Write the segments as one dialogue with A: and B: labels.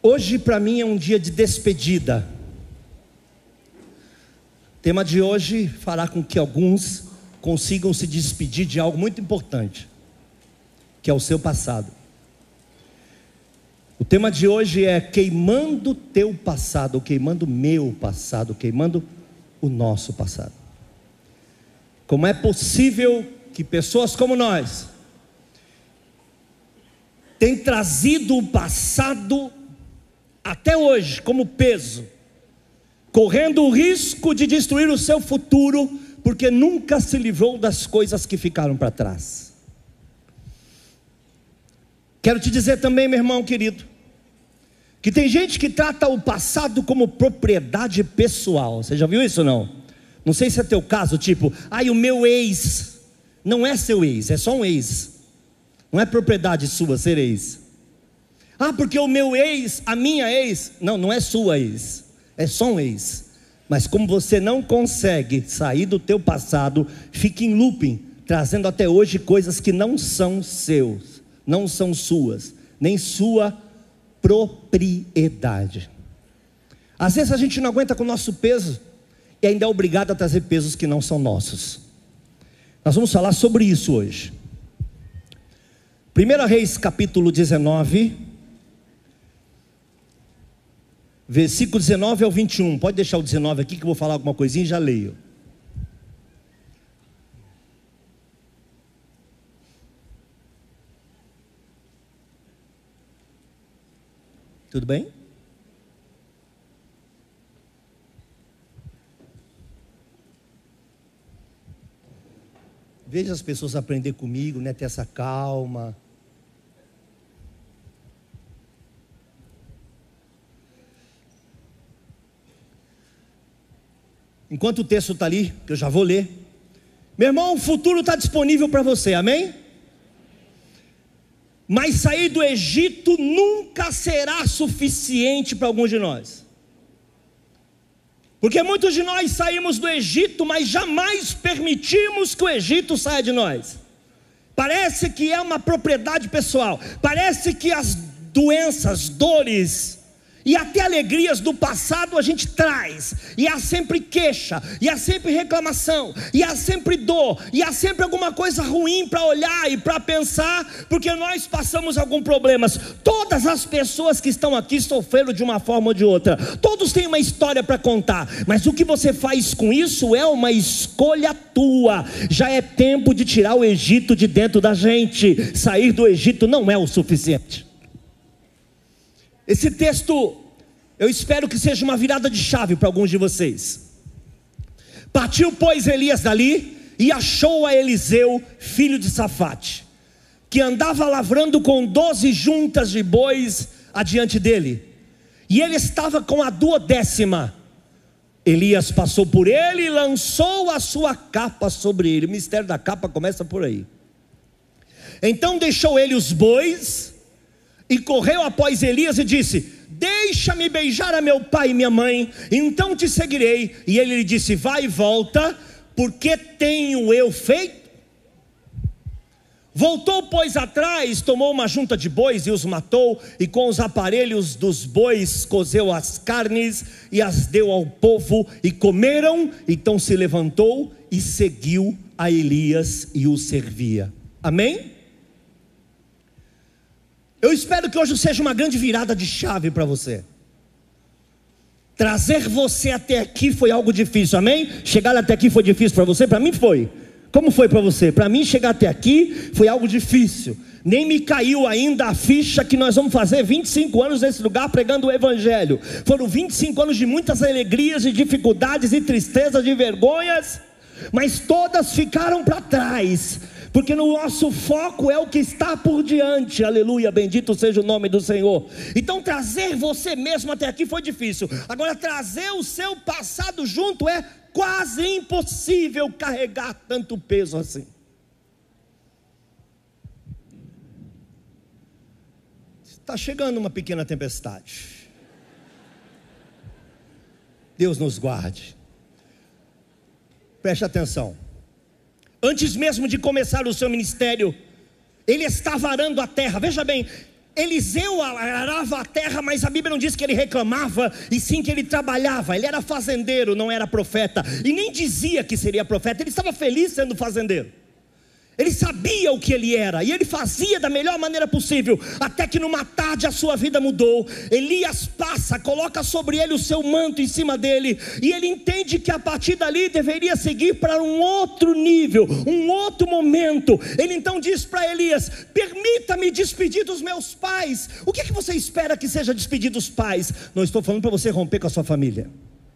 A: Hoje para mim é um dia de despedida. O tema de hoje fará com que alguns consigam se despedir de algo muito importante, que é o seu passado. O tema de hoje é queimando teu passado, queimando meu passado, queimando o nosso passado. Como é possível que pessoas como nós tenham trazido o passado até hoje como peso, correndo o risco de destruir o seu futuro, porque nunca se livrou das coisas que ficaram para trás. Quero te dizer também, meu irmão querido, que tem gente que trata o passado como propriedade pessoal. Você já viu isso ou não? Não sei se é teu caso, tipo, o meu ex. Não é seu ex, é só um ex. Não é propriedade sua ser ex. Porque o meu ex, a minha ex. Não é sua ex, é só um ex. Mas como você não consegue sair do teu passado, fica em looping, trazendo até hoje coisas que não são seus, não são suas, nem sua propriedade. Às vezes a gente não aguenta com o nosso peso e ainda é obrigado a trazer pesos que não são nossos. Nós vamos falar sobre isso hoje. 1 Reis capítulo 19, versículo 19 ao 21. Pode deixar o 19 aqui que eu vou falar alguma coisinha e já leio. Tudo bem? Veja as pessoas aprender comigo, né? Ter essa calma. Enquanto o texto está ali, que eu já vou ler. Meu irmão, o futuro está disponível para você, amém? Mas sair do Egito nunca será suficiente para alguns de nós. Porque muitos de nós saímos do Egito, mas jamais permitimos que o Egito saia de nós. Parece que é uma propriedade pessoal. Parece que as doenças, dores e até alegrias do passado a gente traz, e há sempre queixa, e há sempre reclamação, e há sempre dor, e há sempre alguma coisa ruim para olhar e para pensar, porque nós passamos alguns problemas. Todas as pessoas que estão aqui sofreram de uma forma ou de outra, todos têm uma história para contar, mas o que você faz com isso é uma escolha tua. Já é tempo de tirar o Egito de dentro da gente. Sair do Egito não é o suficiente. Esse texto, eu espero que seja uma virada de chave para alguns de vocês. Partiu, pois, Elias dali e achou a Eliseu, filho de Safate, que andava lavrando com 12 juntas de bois adiante dele, e ele estava com a 12ª. Elias passou por ele e lançou a sua capa sobre ele. O mistério da capa começa por aí. Então deixou ele os bois e correu após Elias e disse: deixa-me beijar a meu pai e minha mãe, então te seguirei. E ele lhe disse: vai e volta, porque tenho eu feito? Voltou, pois, atrás, tomou uma junta de bois e os matou, e com os aparelhos dos bois cozeu as carnes e as deu ao povo, e comeram. Então se levantou e seguiu a Elias e o servia. Amém? Eu espero que hoje seja uma grande virada de chave para você. Trazer você até aqui foi algo difícil, amém? Chegar até aqui foi difícil para você? Para mim foi. Como foi para você? Para mim chegar até aqui foi algo difícil. Nem me caiu ainda a ficha que nós vamos fazer 25 anos nesse lugar pregando o Evangelho. Foram 25 anos de muitas alegrias, de dificuldades e tristezas, de vergonhas, mas todas ficaram para trás, porque no nosso foco é o que está por diante. Aleluia, bendito seja o nome do Senhor. Então trazer você mesmo até aqui foi difícil. Agora trazer o seu passado junto é quase impossível carregar tanto peso assim. Está chegando uma pequena tempestade. Deus nos guarde. Preste atenção. Antes mesmo de começar o seu ministério, ele estava arando a terra. Veja bem, Eliseu arava a terra, mas a Bíblia não diz que ele reclamava, e sim que ele trabalhava. Ele era fazendeiro, não era profeta, e nem dizia que seria profeta. Ele estava feliz sendo fazendeiro. Ele sabia o que ele era, e ele fazia da melhor maneira possível, até que numa tarde a sua vida mudou. Elias passa, coloca sobre ele o seu manto em cima dele, e ele entende que a partir dali deveria seguir para um outro nível, um outro momento. Ele então diz para Elias: permita-me despedir dos meus pais. O que você espera que seja despedir dos pais? Não estou falando para você romper com a sua família,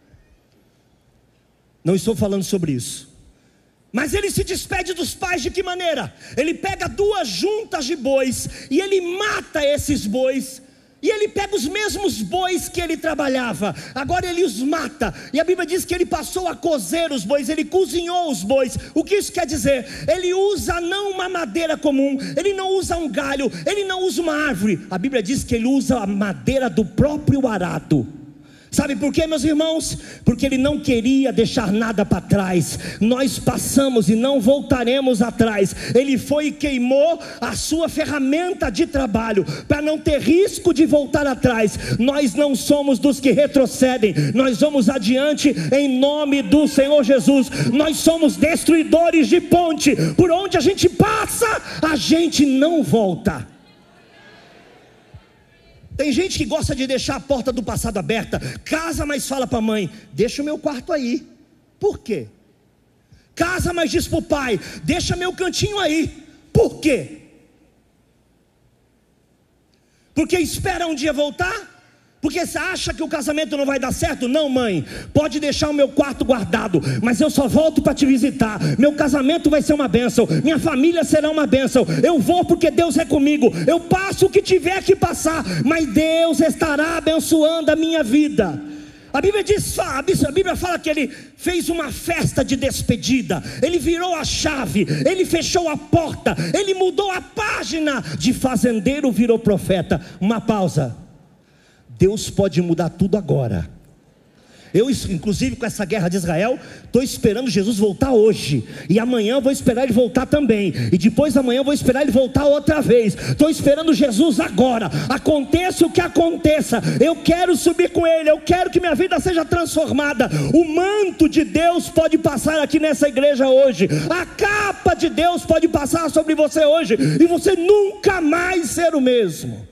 A: não estou falando sobre isso. Mas ele se despede dos pais de que maneira? Ele pega 2 juntas de bois, e ele mata esses bois, e ele pega os mesmos bois que ele trabalhava, agora ele os mata, e a Bíblia diz que ele passou a cozer os bois, ele cozinhou os bois. O que isso quer dizer? Ele usa não uma madeira comum, ele não usa um galho, ele não usa uma árvore, a Bíblia diz que ele usa a madeira do próprio arado. Sabe por quê, meus irmãos? Porque ele não queria deixar nada para trás. Nós passamos e não voltaremos atrás. Ele foi e queimou a sua ferramenta de trabalho, para não ter risco de voltar atrás. Nós não somos dos que retrocedem, nós vamos adiante em nome do Senhor Jesus. Nós somos destruidores de ponte, por onde a gente passa, a gente não volta. Tem gente que gosta de deixar a porta do passado aberta. Casa, mas fala para a mãe: deixa o meu quarto aí. Por quê? Casa, mas diz para o pai: deixa meu cantinho aí. Por quê? Porque espera um dia voltar? Porque você acha que o casamento não vai dar certo? Não, mãe, pode deixar o meu quarto guardado, mas eu só volto para te visitar. Meu casamento vai ser uma bênção, minha família será uma bênção. Eu vou porque Deus é comigo. Eu passo o que tiver que passar, mas Deus estará abençoando a minha vida. A Bíblia fala que ele fez uma festa de despedida, ele virou a chave, ele fechou a porta, ele mudou a página. De fazendeiro virou profeta. Uma pausa. Deus pode mudar tudo agora. Eu, inclusive, com essa guerra de Israel, estou esperando Jesus voltar hoje, e amanhã eu vou esperar ele voltar também, e depois amanhã eu vou esperar ele voltar outra vez. Estou esperando Jesus agora. Aconteça o que aconteça, eu quero subir com ele, eu quero que minha vida seja transformada. O manto de Deus pode passar aqui nessa igreja hoje, a capa de Deus pode passar sobre você hoje, e você nunca mais ser o mesmo.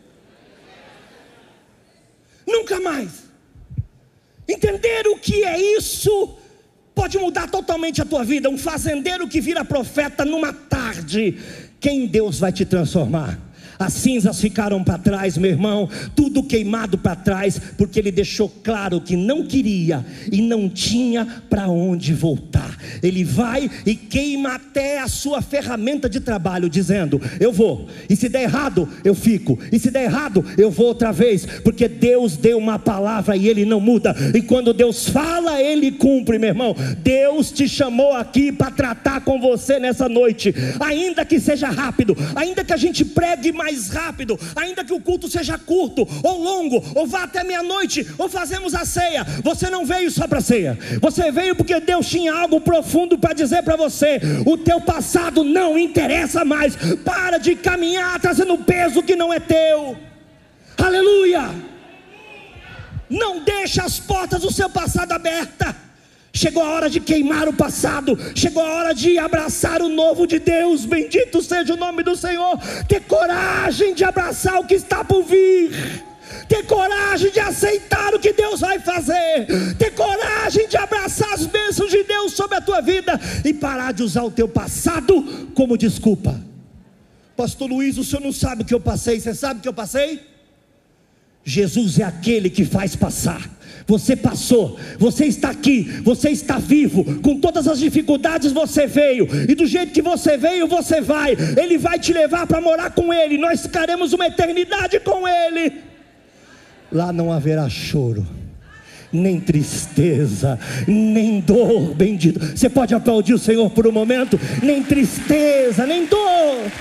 A: Nunca mais. Entender o que é isso pode mudar totalmente a tua vida. Um fazendeiro que vira profeta numa tarde. Quem Deus vai te transformar? As cinzas ficaram para trás, meu irmão, tudo queimado para trás, porque ele deixou claro que não queria e não tinha para onde voltar. Ele vai e queima até a sua ferramenta de trabalho, dizendo: eu vou, e se der errado eu fico, e se der errado eu vou outra vez, porque Deus deu uma palavra e ele não muda, e quando Deus fala ele cumpre, meu irmão. Deus te chamou aqui para tratar com você nessa noite, ainda que seja rápido, ainda que a gente pregue mais rápido, ainda que o culto seja curto ou longo, ou vá até meia-noite, ou fazemos a ceia. Você não veio só para a ceia, você veio porque Deus tinha algo profundo para dizer para você. O teu passado não interessa mais. Para de caminhar trazendo peso que não é teu. Aleluia. Não deixe as portas do seu passado abertas. Chegou a hora de queimar o passado, chegou a hora de abraçar o novo de Deus. Bendito seja o nome do Senhor. Ter coragem de abraçar o que está por vir, ter coragem de aceitar o que Deus vai fazer, ter coragem de abraçar as bênçãos de Deus sobre a tua vida, e parar de usar o teu passado como desculpa. Pastor Luiz, o senhor não sabe o que eu passei. Você sabe o que eu passei? Jesus é aquele que faz passar. Você passou, você está aqui, você está vivo, com todas as dificuldades você veio, e do jeito que você veio, você vai. Ele vai te levar para morar com Ele, nós ficaremos uma eternidade com Ele. Lá não haverá choro, nem tristeza, nem dor. Bendito. Você pode aplaudir o Senhor por um momento? Nem tristeza, nem dor.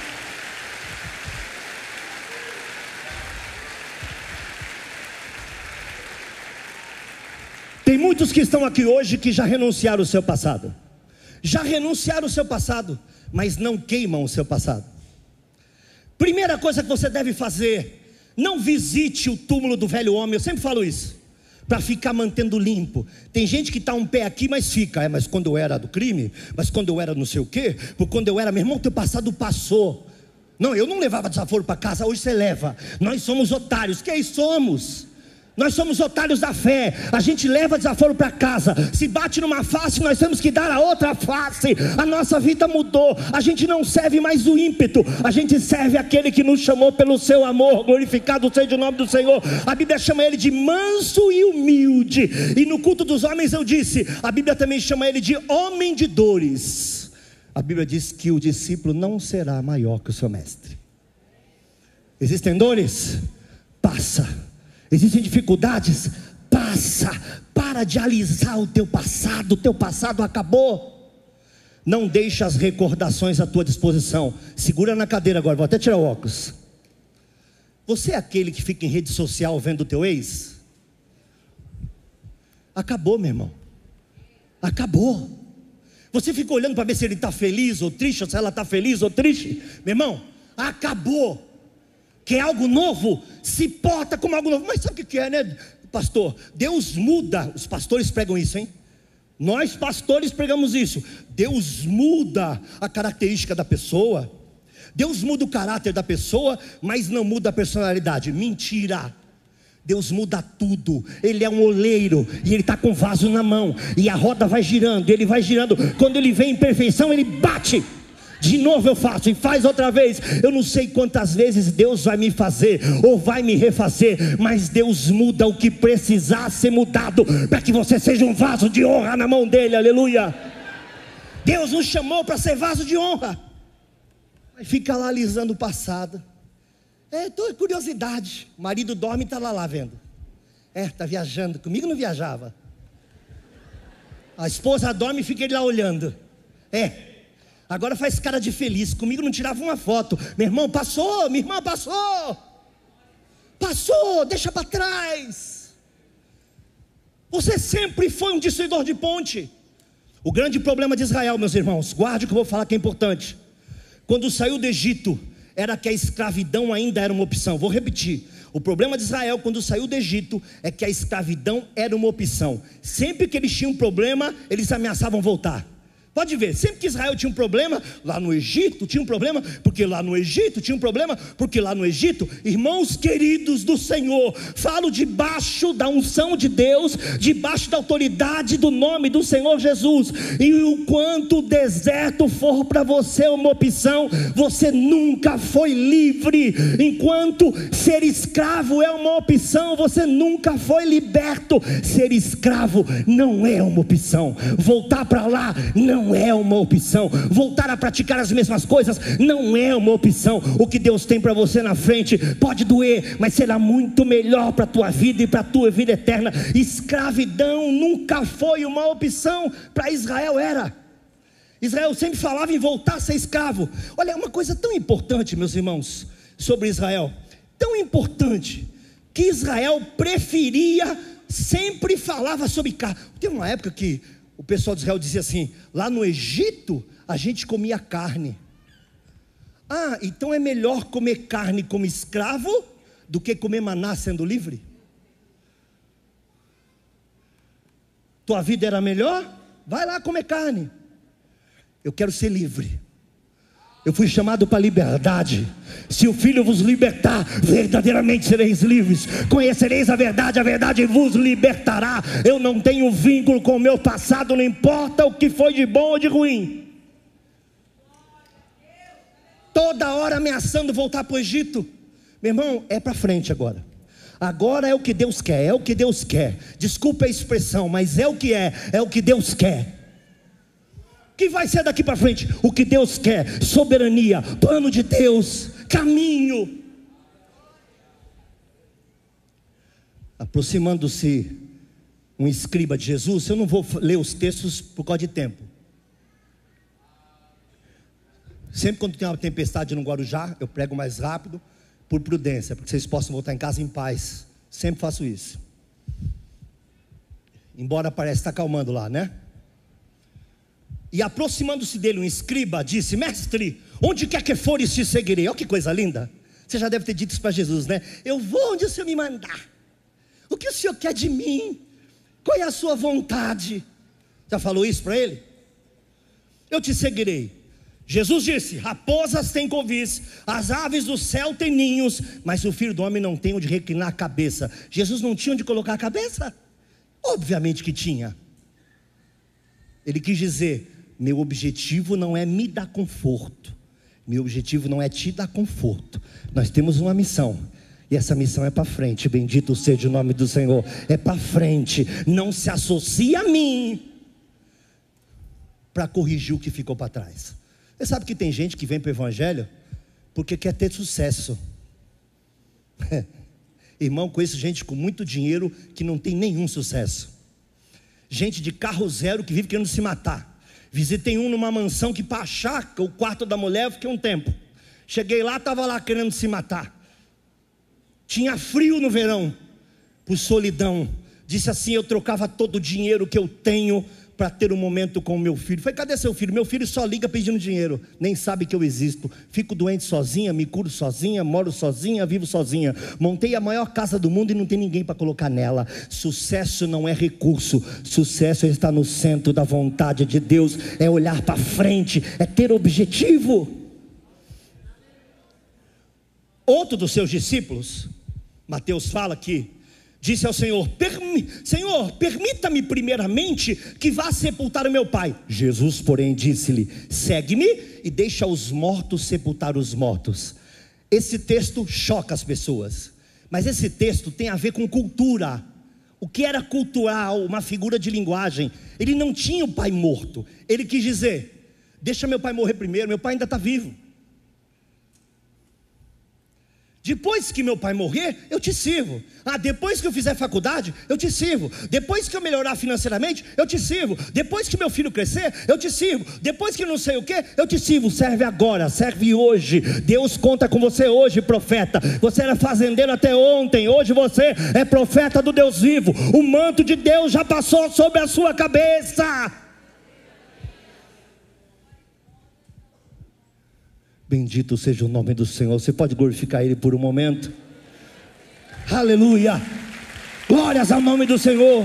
A: Tem muitos que estão aqui hoje que já renunciaram o seu passado, já renunciaram o seu passado, mas não queimam o seu passado. Primeira coisa que você deve fazer Não visite o túmulo do velho homem, eu sempre falo isso, para ficar mantendo limpo. Tem gente que está um pé aqui, mas fica, mas quando eu era do crime, mas quando eu era não sei o quê, porque quando eu era, meu irmão, teu passado passou. Não, eu não levava desaforo para casa, hoje você leva. Nós somos otários, quem somos? Nós somos otários da fé. A gente leva desaforo para casa. Se bate numa face, nós temos que dar a outra face. A nossa vida mudou. A gente não serve mais o ímpeto. A gente serve aquele que nos chamou pelo seu amor. Glorificado seja o nome do Senhor. A Bíblia chama ele de manso e humilde. E no culto dos homens eu disse, a Bíblia também chama ele de homem de dores. A Bíblia diz que o discípulo não será maior que o seu mestre. Existem dores? Passa. Existem dificuldades? Passa. Para de alisar o teu passado acabou. Não deixe as recordações à tua disposição. Segura na cadeira agora, vou até tirar o óculos. Você é aquele que fica em rede social vendo o teu ex? Acabou, meu irmão. Acabou. Você fica olhando para ver se ele está feliz ou triste, ou se ela está feliz ou triste. Meu irmão, acabou. Quer algo novo? Se porta como algo novo. Mas sabe o que é, né, pastor? Deus muda. Os pastores pregam isso, hein? Nós pastores pregamos isso. Deus muda a característica da pessoa. Deus muda o caráter da pessoa, mas não muda a personalidade. Mentira. Deus muda tudo. Ele é um oleiro e ele está com o vaso na mão, e a roda vai girando, ele vai girando. Quando ele vem em perfeição, ele bate. De novo eu faço e faz outra vez. Eu não sei quantas vezes Deus vai me fazer ou vai me refazer, mas Deus muda o que precisar ser mudado, para que você seja um vaso de honra na mão dele, aleluia. Deus nos chamou para ser vaso de honra. Mas fica lá alisando o passado. Toda curiosidade. O marido dorme e está lá vendo. Está viajando, comigo não viajava. A esposa dorme e fica ele lá olhando. Agora faz cara de feliz, comigo não tirava uma foto. Meu irmão passou, minha irmã passou. Passou, deixa para trás. Você sempre foi um destruidor de ponte. O grande problema de Israel, meus irmãos, guarde o que eu vou falar que é importante. Quando saiu do Egito, era que a escravidão ainda era uma opção. Vou repetir. O problema de Israel quando saiu do Egito é que a escravidão era uma opção. Sempre que eles tinham um problema, eles ameaçavam voltar. Pode ver, sempre que Israel tinha um problema, lá no Egito tinha um problema, porque lá no Egito tinha um problema, porque lá no Egito, irmãos queridos do Senhor, falo debaixo da unção de Deus, debaixo da autoridade do nome do Senhor Jesus. E o quanto o deserto for para você uma opção, você nunca foi livre. Enquanto ser escravo é uma opção, você nunca foi liberto. Ser escravo não é uma opção. Voltar para lá não é uma opção. Voltar a praticar as mesmas coisas não é uma opção. O que Deus tem para você na frente pode doer, mas será muito melhor para a tua vida e para a tua vida eterna. Escravidão nunca foi uma opção. Para Israel era. Israel sempre falava em voltar a ser escravo. Olha, uma coisa tão importante, meus irmãos, sobre Israel, tão importante, que Israel preferia, sempre falava sobre carne. Teve uma época que o pessoal de Israel dizia assim: lá no Egito a gente comia carne. Então é melhor comer carne como escravo do que comer maná sendo livre? Tua vida era melhor? Vai lá comer carne. Eu quero ser livre. Eu fui chamado para a liberdade. Se o Filho vos libertar, verdadeiramente sereis livres. Conhecereis a verdade vos libertará. Eu não tenho vínculo com o meu passado, não importa o que foi de bom ou de ruim. Toda hora ameaçando voltar para o Egito. Meu irmão, é para frente agora. Agora é o que Deus quer, é o que Deus quer. Desculpa a expressão, mas é o que Deus quer. O que vai ser daqui para frente? O que Deus quer, soberania, plano de Deus, caminho. Aproximando-se um escriba de Jesus, eu não vou ler os textos por causa de tempo. Sempre quando tem uma tempestade no Guarujá, eu prego mais rápido, por prudência, porque vocês possam voltar em casa em paz. Sempre faço isso. Embora pareça estar acalmando lá, né? E aproximando-se dele um escriba disse: mestre, onde quer que fores te seguirei. Olha que coisa linda. Você já deve ter dito isso para Jesus, né? Eu vou onde o Senhor me mandar. O que o Senhor quer de mim? Qual é a sua vontade? Já falou isso para ele? Eu te seguirei. Jesus disse: raposas têm covis, as aves do céu têm ninhos, mas o Filho do Homem não tem onde reclinar a cabeça. Jesus não tinha onde colocar a cabeça? Obviamente que tinha. Ele quis dizer: meu objetivo não é me dar conforto, meu objetivo não é te dar conforto. Nós temos uma missão, e essa missão é para frente. Bendito seja o nome do Senhor. É para frente. Não se associa a mim para corrigir o que ficou para trás. Você sabe que tem gente que vem para o Evangelho porque quer ter sucesso. Irmão, conheço gente com muito dinheiro que não tem nenhum sucesso. Gente de carro zero que vive querendo se matar. Visitei um numa mansão que para achar o quarto da mulher eu fiquei um tempo. Cheguei lá, estava lá querendo se matar. Tinha frio no verão, por solidão. Disse assim: eu trocava todo o dinheiro que eu tenho para ter um momento com o meu filho. Falei: cadê seu filho? Meu filho só liga pedindo dinheiro, nem sabe que eu existo. Fico doente sozinha, me curo sozinha, moro sozinha, vivo sozinha. Montei a maior casa do mundo e não tem ninguém para colocar nela. Sucesso não é recurso, sucesso é estar no centro da vontade de Deus, é olhar para frente, é ter objetivo. Outro dos seus discípulos, Mateus fala aqui, disse ao Senhor: Senhor, permita-me primeiramente que vá sepultar o meu pai. Jesus, porém, disse-lhe: segue-me e deixa os mortos sepultar os mortos. Esse texto choca as pessoas, mas esse texto tem a ver com cultura. O que era cultural, uma figura de linguagem. Ele não tinha o pai morto. Ele quis dizer: deixa meu pai morrer primeiro, meu pai ainda está vivo. Depois que meu pai morrer, eu te sirvo. Depois que eu fizer faculdade, eu te sirvo. Depois que eu melhorar financeiramente, eu te sirvo. Depois que meu filho crescer, eu te sirvo. Depois que não sei o que, eu te sirvo. Serve agora, serve hoje. Deus conta com você hoje, profeta. Você era fazendeiro até ontem, hoje você é profeta do Deus vivo. O manto de Deus já passou sobre a sua cabeça. Bendito seja o nome do Senhor. Você pode glorificar Ele por um momento? Aleluia! Glórias ao nome do Senhor.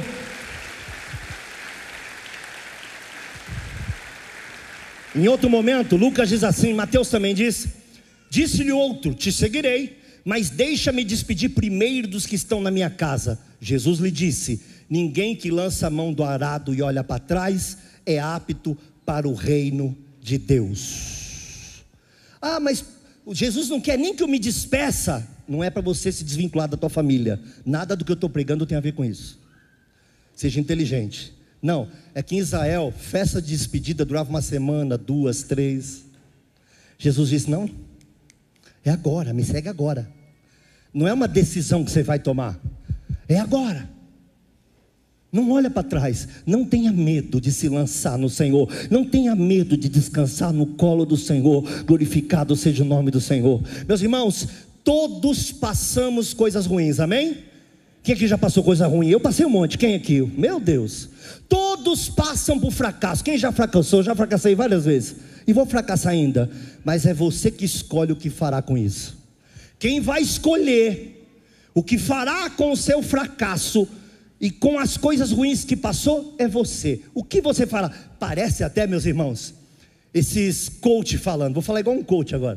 A: Em outro momento, Lucas diz assim, Mateus também diz: disse-lhe outro: te seguirei, mas deixa-me despedir primeiro dos que estão na minha casa. Jesus lhe disse: ninguém que lança a mão do arado e olha para trás é apto para o reino de Deus. Mas Jesus não quer nem que eu me despeça. Não é para você se desvincular da tua família. Nada do que eu estou pregando tem a ver com isso. Seja inteligente. Não, é que em Israel, festa de despedida durava uma semana, 2, 3. Jesus disse: não, é agora, me segue agora. Não é uma decisão que você vai tomar, é agora. Não olha para trás, não tenha medo de se lançar no Senhor, não tenha medo de descansar no colo do Senhor. Glorificado seja o nome do Senhor. Meus irmãos, todos passamos coisas ruins, amém? Quem aqui já passou coisa ruim? Eu passei um monte. Quem aqui? Meu Deus. Todos passam por fracasso. Quem já fracassou? Eu já fracassei várias vezes e vou fracassar ainda. Mas é você que escolhe o que fará com isso. Quem vai escolher o que fará com o seu fracasso e com as coisas ruins que passou é você. O que você fará? Parece até, meus irmãos, esses coach falando. Vou falar igual um coach agora.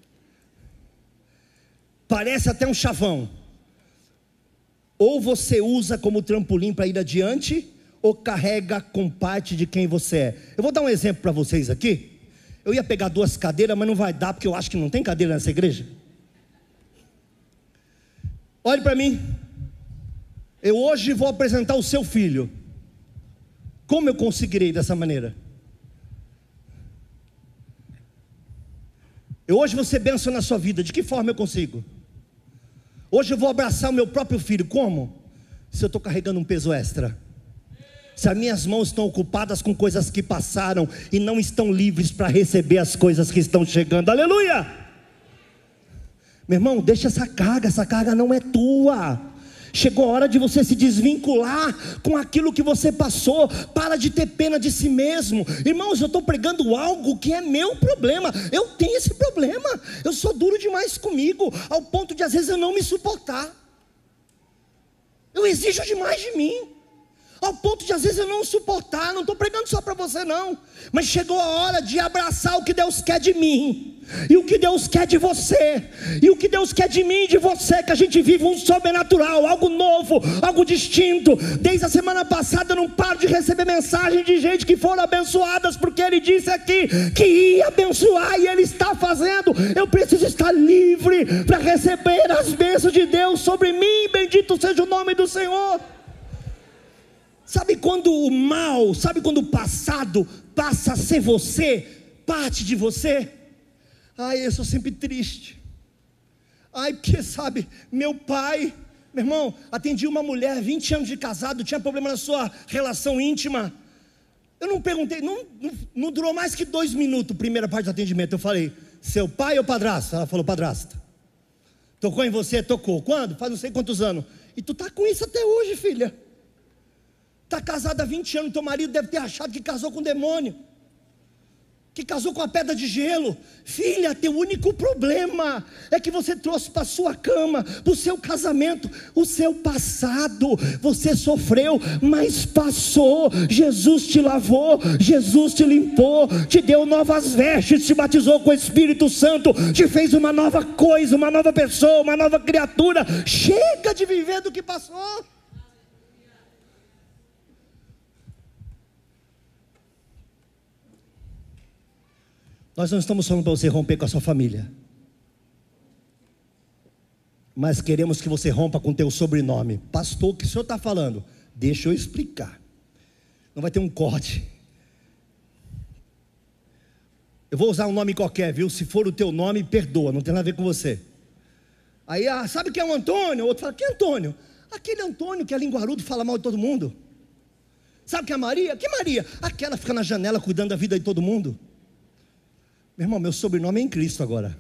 A: Parece até um chavão. Ou você usa como trampolim para ir adiante, ou carrega com parte de quem você é. Eu vou dar um exemplo para vocês aqui. Eu ia pegar 2 cadeiras, mas não vai dar, porque eu acho que não tem cadeira nessa igreja. Olhe para mim. Eu hoje vou apresentar o seu filho. Como eu conseguirei dessa maneira? Eu hoje vou ser bênção na sua vida. De que forma eu consigo? Hoje eu vou abraçar o meu próprio filho. Como? Se eu estou carregando um peso extra. Se as minhas mãos estão ocupadas com coisas que passaram e não estão livres para receber as coisas que estão chegando. Aleluia! Meu irmão, deixa essa carga não é tua. Chegou a hora de você se desvincular com aquilo que você passou. Para de ter pena de si mesmo. Irmãos, eu estou pregando algo que é meu problema. Eu tenho esse problema. Eu sou duro demais comigo, ao ponto de às vezes eu não me suportar. Eu exijo demais de mim, ao ponto de às vezes eu não suportar. Não estou pregando só para você não, mas chegou a hora de abraçar o que Deus quer de mim, e o que Deus quer de você, e o que Deus quer de mim e de você. Que a gente viva um sobrenatural, algo novo, algo distinto. Desde a semana passada eu não paro de receber mensagem de gente que foram abençoadas, porque Ele disse aqui que ia abençoar, e Ele está fazendo. Eu preciso estar livre para receber as bênçãos de Deus sobre mim. Bendito seja o nome do Senhor. Sabe quando o mal, sabe quando o passado passa a ser você, parte de você? Ai, eu sou sempre triste. Ai, porque sabe, meu pai, meu irmão, atendi uma mulher, 20 anos de casado, tinha problema na sua relação íntima. Eu não perguntei, não durou mais que 2 minutos, primeira parte do atendimento. Eu falei, seu pai ou padrasto? Ela falou, padrasto. Tocou em você? Tocou. Quando? Faz não sei quantos anos. E tu tá com isso até hoje, filha. Está casada há 20 anos, teu marido deve ter achado que casou com um demônio, que casou com a pedra de gelo. Filha, teu único problema é que você trouxe para a sua cama, para o seu casamento, o seu passado. Você sofreu, mas passou. Jesus te lavou, Jesus te limpou, te deu novas vestes, te batizou com o Espírito Santo, te fez uma nova coisa, uma nova pessoa, uma nova criatura. Chega de viver do que passou. Nós não estamos falando para você romper com a sua família, mas queremos que você rompa com o teu sobrenome. Pastor, o que o senhor está falando? Deixa eu explicar. Não vai ter um corte. Eu vou usar um nome qualquer, viu? Se for o teu nome, perdoa, não tem nada a ver com você. Aí, sabe quem é o Antônio? O outro fala, quem é Antônio? Aquele Antônio que é linguarudo, fala mal de todo mundo. Sabe quem é a Maria? Que Maria? Aquela fica na janela cuidando da vida de todo mundo. Meu irmão, meu sobrenome é em Cristo agora.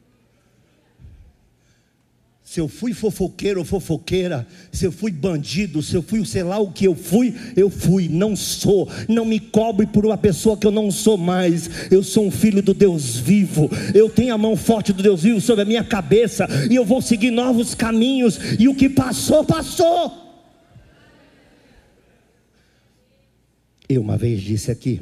A: Se eu fui fofoqueiro ou fofoqueira, se eu fui bandido, se eu fui sei lá o que eu fui, não sou. Não me cobre por uma pessoa que eu não sou mais. Eu sou um filho do Deus vivo. Eu tenho a mão forte do Deus vivo sobre a minha cabeça, e eu vou seguir novos caminhos. E o que passou, passou. Eu uma vez disse aqui,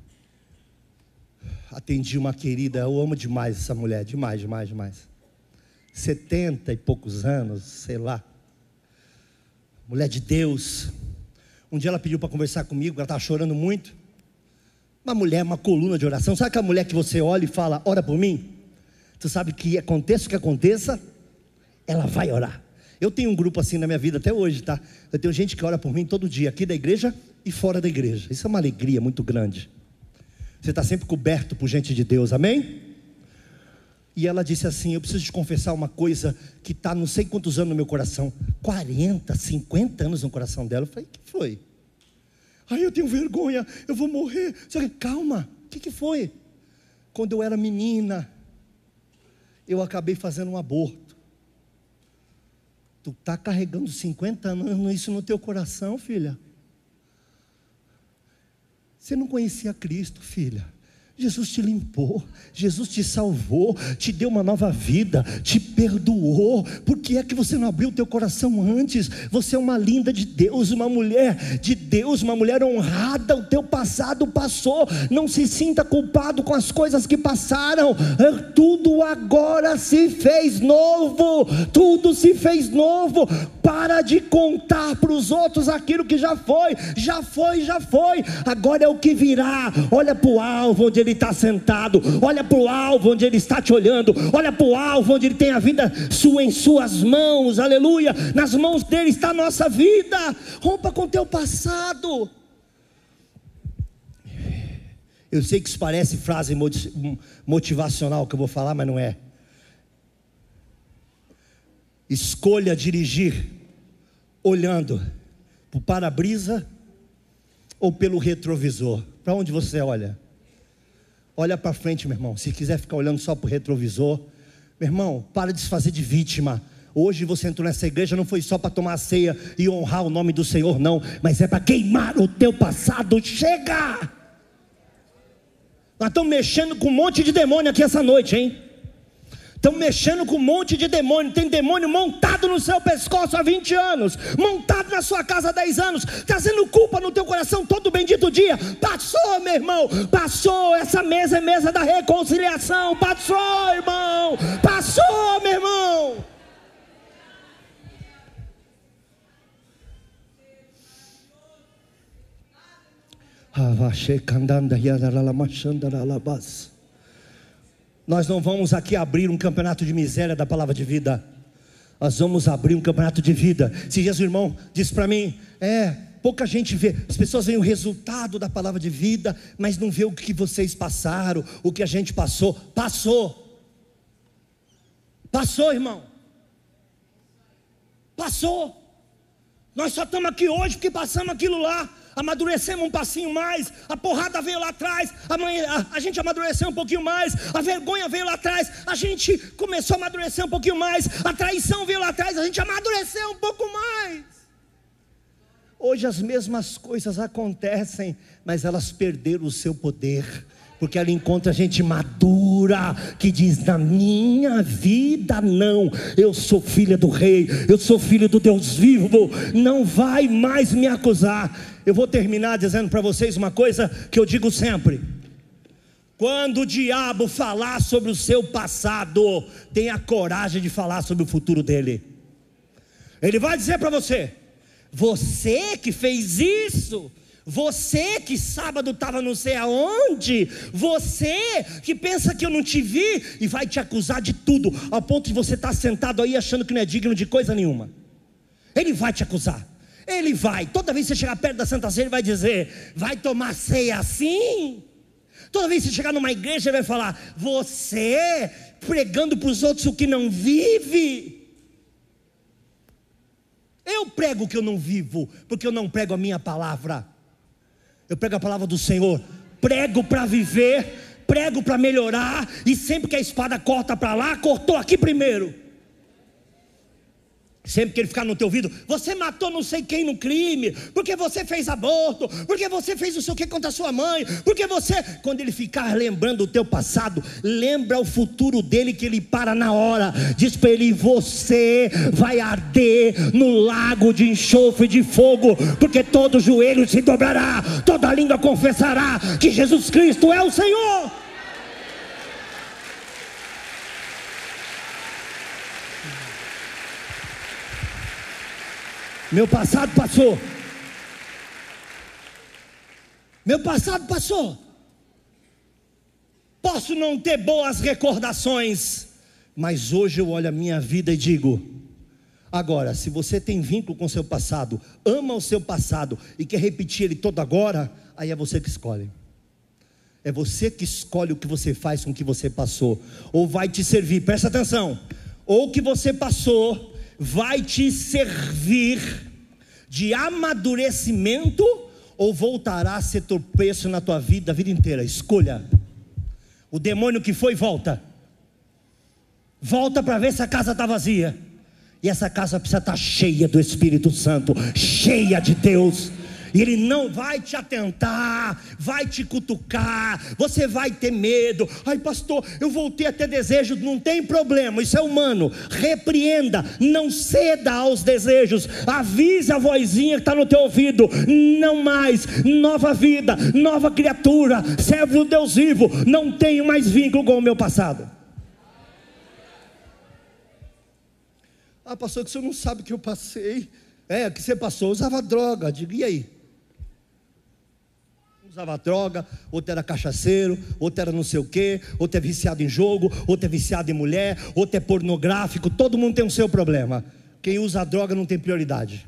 A: atendi uma querida, eu amo demais essa mulher, demais. 70 e poucos anos, sei lá, mulher de Deus. Um dia ela pediu para conversar comigo, ela estava chorando muito. Uma mulher, uma coluna de oração. Sabe aquela mulher que você olha e fala, ora por mim? Tu sabe que aconteça o que aconteça, ela vai orar. Eu tenho um grupo assim na minha vida até hoje, tá? Eu tenho gente que ora por mim todo dia, aqui da igreja e fora da igreja. Isso é uma alegria muito grande. Você está sempre coberto por gente de Deus, amém? E ela disse assim, eu preciso te confessar uma coisa que está não sei quantos anos no meu coração. 40, 50 anos no coração dela. Eu falei, o que foi? Ai, eu tenho vergonha, eu vou morrer. Calma, o que foi? Quando eu era menina, eu acabei fazendo um aborto. Tu está carregando 50 anos isso no teu coração, filha. Você não conhecia Cristo, filha. Jesus te limpou, Jesus te salvou, te deu uma nova vida, te perdoou. Por que é que você não abriu o teu coração antes? Você é uma linda de Deus, uma mulher de Deus, uma mulher honrada. O teu passado passou, não se sinta culpado com as coisas que passaram. Tudo agora se fez novo, tudo se fez novo. Para de contar para os outros aquilo que já foi. Agora é o que virá. Olha para o alvo onde Ele está sentado, olha para o alvo onde Ele está te olhando, olha para o alvo onde Ele tem a vida sua em suas mãos, aleluia. Nas mãos dEle está a nossa vida. Rompa com o teu passado. Eu sei que isso parece frase motivacional que eu vou falar, mas não é. Escolha dirigir olhando para o para-brisa ou pelo retrovisor. Para onde você olha? Olha para frente, meu irmão. Se quiser ficar olhando só para o retrovisor, meu irmão, para de se fazer de vítima. Hoje você entrou nessa igreja não foi só para tomar a ceia e honrar o nome do Senhor, não, mas é para queimar o teu passado. Chega! Nós estamos mexendo com um monte de demônio aqui essa noite, hein? Estão mexendo com um monte de demônio. Tem demônio montado no seu pescoço há 20 anos, montado na sua casa há 10 anos, trazendo culpa no teu coração todo bendito dia. Passou, meu irmão, passou. Essa mesa é mesa da reconciliação. Passou, irmão, passou, meu irmão. Nós não vamos aqui abrir um campeonato de miséria da palavra de vida. Nós vamos abrir um campeonato de vida. Se Jesus, irmão, disse para mim, pouca gente vê, as pessoas veem o resultado da palavra de vida, mas não vê o que vocês passaram, o que a gente passou. Passou, irmão, passou. Nós só estamos aqui hoje porque passamos aquilo lá. Amadurecemos um passinho mais, a porrada veio lá atrás, a gente amadureceu um pouquinho mais, a vergonha veio lá atrás, a gente começou a amadurecer um pouquinho mais, a traição veio lá atrás, a gente amadureceu um pouco mais. Hoje as mesmas coisas acontecem, mas elas perderam o seu poder, porque ela encontra gente madura, que diz, na minha vida não, eu sou filha do rei, eu sou filho do Deus vivo, não vai mais me acusar. Eu vou terminar dizendo para vocês uma coisa que eu digo sempre: quando o diabo falar sobre o seu passado, tenha coragem de falar sobre o futuro dele. Ele vai dizer para você: você que fez isso, você que sábado estava não sei aonde, você que pensa que eu não te vi, e vai te acusar de tudo, ao ponto de você estar sentado aí achando que não é digno de coisa nenhuma. Ele vai te acusar. Ele vai, toda vez que você chegar perto da Santa Ceia, ele vai dizer: vai tomar ceia assim? Toda vez que você chegar numa igreja, ele vai falar: você pregando para os outros o que não vive. Eu prego o que eu não vivo, porque eu não prego a minha palavra. Eu prego a palavra do Senhor, prego para viver, prego para melhorar, e sempre que a espada corta para lá, cortou aqui primeiro. Sempre que ele ficar no teu ouvido: você matou não sei quem no crime, porque você fez aborto, porque você fez não sei o que contra a sua mãe, porque você... Quando ele ficar lembrando o teu passado, lembra o futuro dele, que ele para na hora. Diz para ele: você vai arder no lago de enxofre de fogo, porque todo joelho se dobrará, toda língua confessará que Jesus Cristo é o Senhor. Meu passado passou. Meu passado passou. Posso não ter boas recordações, mas hoje eu olho a minha vida e digo: agora, se você tem vínculo com o seu passado, ama o seu passado e quer repetir ele todo agora, aí é você que escolhe. É você que escolhe o que você faz com o que você passou. Ou vai te servir, presta atenção, ou o que você passou vai te servir de amadurecimento, ou voltará a ser tropeço na tua vida a vida inteira. Escolha. O demônio que foi, volta para ver se a casa está vazia, e essa casa precisa estar cheia do Espírito Santo, cheia de Deus. E ele não vai te atentar, vai te cutucar, você vai ter medo. Ai pastor, eu voltei a ter desejo. Não tem problema, isso é humano. Repreenda, não ceda aos desejos. Avise a vozinha que está no teu ouvido: não mais, nova vida, nova criatura, servo do Deus vivo. Não tenho mais vínculo com o meu passado. Ah pastor, que o senhor não sabe o que eu passei. O que você passou? Usava droga. Digo, e aí? Usava droga, outro era cachaceiro, outro era não sei o que, outro é viciado em jogo, outro é viciado em mulher, outro é pornográfico. Todo mundo tem o seu problema. Quem usa droga não tem prioridade.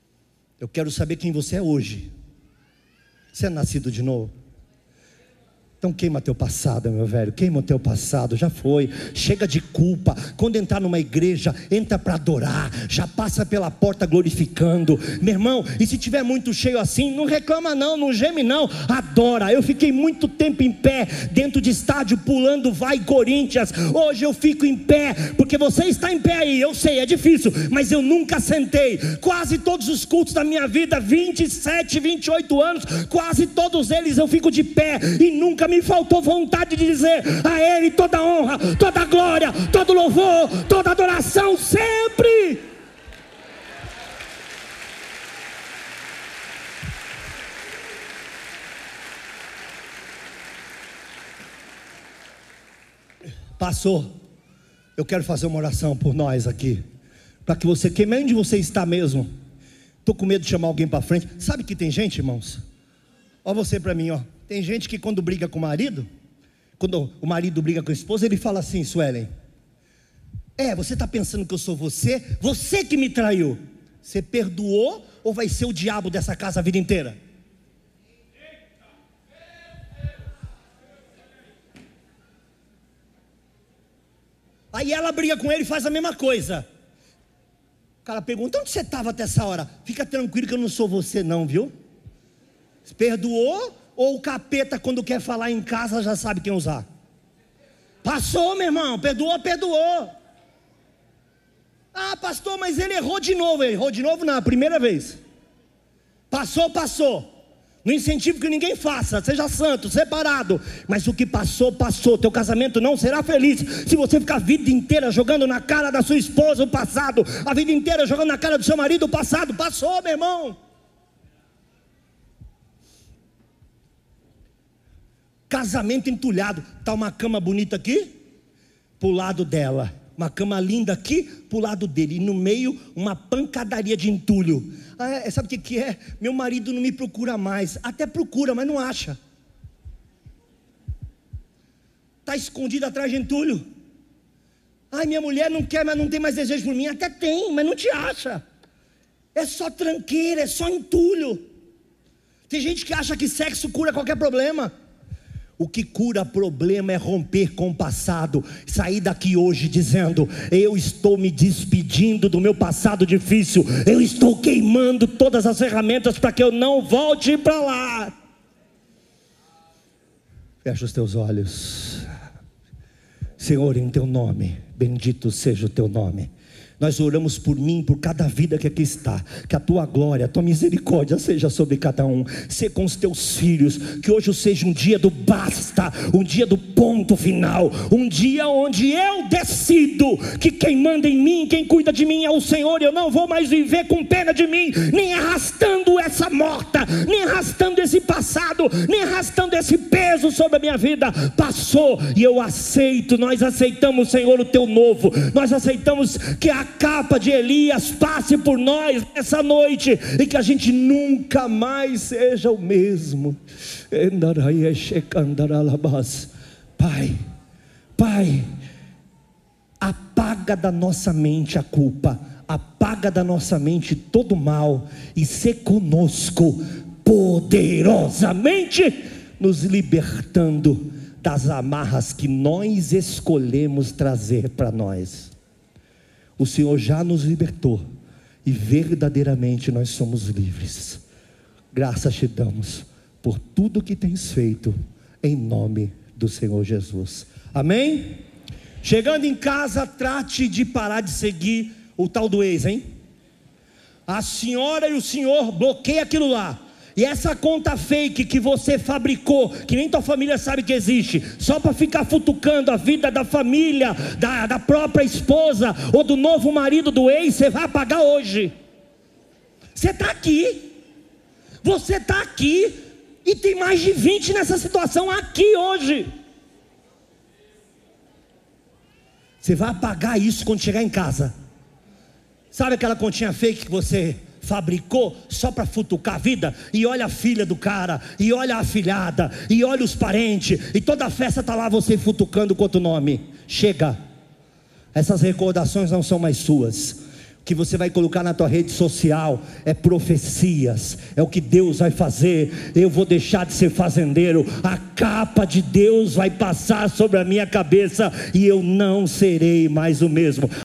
A: Eu quero saber quem você é hoje. Você é nascido de novo? Então queima teu passado, meu velho, queima o teu passado, já foi, chega de culpa. Quando entrar numa igreja, entra para adorar, já passa pela porta glorificando, meu irmão. E se tiver muito cheio assim, não reclama não, não geme não, adora. Eu fiquei muito tempo em pé, dentro de estádio, pulando vai Corinthians. Hoje eu fico em pé, porque você está em pé aí, eu sei, é difícil, mas eu nunca sentei. Quase todos os cultos da minha vida, 27, 28 anos, quase todos eles eu fico de pé, e nunca me faltou vontade de dizer a Ele toda honra, toda glória, todo louvor, toda adoração, sempre. Pastor, eu quero fazer uma oração por nós aqui, para que você queime onde você está mesmo. Estou com medo de chamar alguém para frente. Sabe que tem gente, irmãos, olha você para mim, ó. Tem gente que quando briga com o marido, quando o marido briga com a esposa, ele fala assim: Suelen, você está pensando que eu sou você? Você que me traiu. Você perdoou ou vai ser o diabo dessa casa a vida inteira? Aí ela briga com ele e faz a mesma coisa. O cara pergunta: onde você estava até essa hora? Fica tranquilo que eu não sou você não, viu? Você perdoou? Ou o capeta, quando quer falar em casa, já sabe quem usar? Passou, meu irmão, perdoou. Ah, pastor, mas ele errou de novo. Ele errou de novo na primeira vez. Passou. Não incentivo que ninguém faça, seja santo, separado. Mas o que passou. Teu casamento não será feliz se você ficar a vida inteira jogando na cara da sua esposa o passado, a vida inteira jogando na cara do seu marido o passado. Passou, meu irmão. Casamento entulhado. Está uma cama bonita aqui, para o lado dela. Uma cama linda aqui, para o lado dele. E no meio, uma pancadaria de entulho. Sabe o que é? Meu marido não me procura mais. Até procura, mas não acha. Está escondido atrás de entulho. Minha mulher não quer, mas não tem mais desejo por mim. Até tem, mas não te acha. É só tranqueira, é só entulho. Tem gente que acha que sexo cura qualquer problema. O que cura problema é romper com o passado. Sair daqui hoje dizendo: eu estou me despedindo do meu passado difícil. Eu estou queimando todas as ferramentas para que eu não volte para lá. Fecha os teus olhos. Senhor, em teu nome, bendito seja o teu nome. Nós oramos por mim, por cada vida que aqui está. Que a tua glória, a tua misericórdia seja sobre cada um. Ser com os teus filhos. Que hoje seja um dia do basta, um dia do ponto final, um dia onde eu decido que quem manda em mim, quem cuida de mim é o Senhor. Eu não vou mais viver com pena de mim, nem arrastando essa morta, nem arrastando esse passado, nem arrastando esse peso sobre a minha vida. Passou e eu aceito. Nós aceitamos, Senhor, o teu novo. Nós aceitamos que a capa de Elias passe por nós essa noite, e que a gente nunca mais seja o mesmo. Pai, apaga da nossa mente a culpa, apaga da nossa mente todo o mal, e sê conosco poderosamente, nos libertando das amarras que nós escolhemos trazer para nós. O Senhor já nos libertou, e verdadeiramente nós somos livres. Graças te damos por tudo que tens feito, em nome do Senhor Jesus. Amém? Chegando em casa, trate de parar de seguir o tal do ex, hein? A senhora e o senhor bloqueiam aquilo lá. E essa conta fake que você fabricou, que nem tua família sabe que existe, só para ficar futucando a vida da família, da própria esposa, ou do novo marido do ex, você vai apagar hoje. Você está aqui, você está aqui, e tem mais de 20 nessa situação aqui hoje. Você vai apagar isso quando chegar em casa. Sabe aquela continha fake que você fabricou só para futucar a vida? E olha a filha do cara, e olha a afilhada, e olha os parentes, e toda a festa está lá você futucando com outro nome. Chega, essas recordações não são mais suas. O que você vai colocar na tua rede social é profecias, é o que Deus vai fazer. Eu vou deixar de ser fazendeiro, a capa de Deus vai passar sobre a minha cabeça e eu não serei mais o mesmo.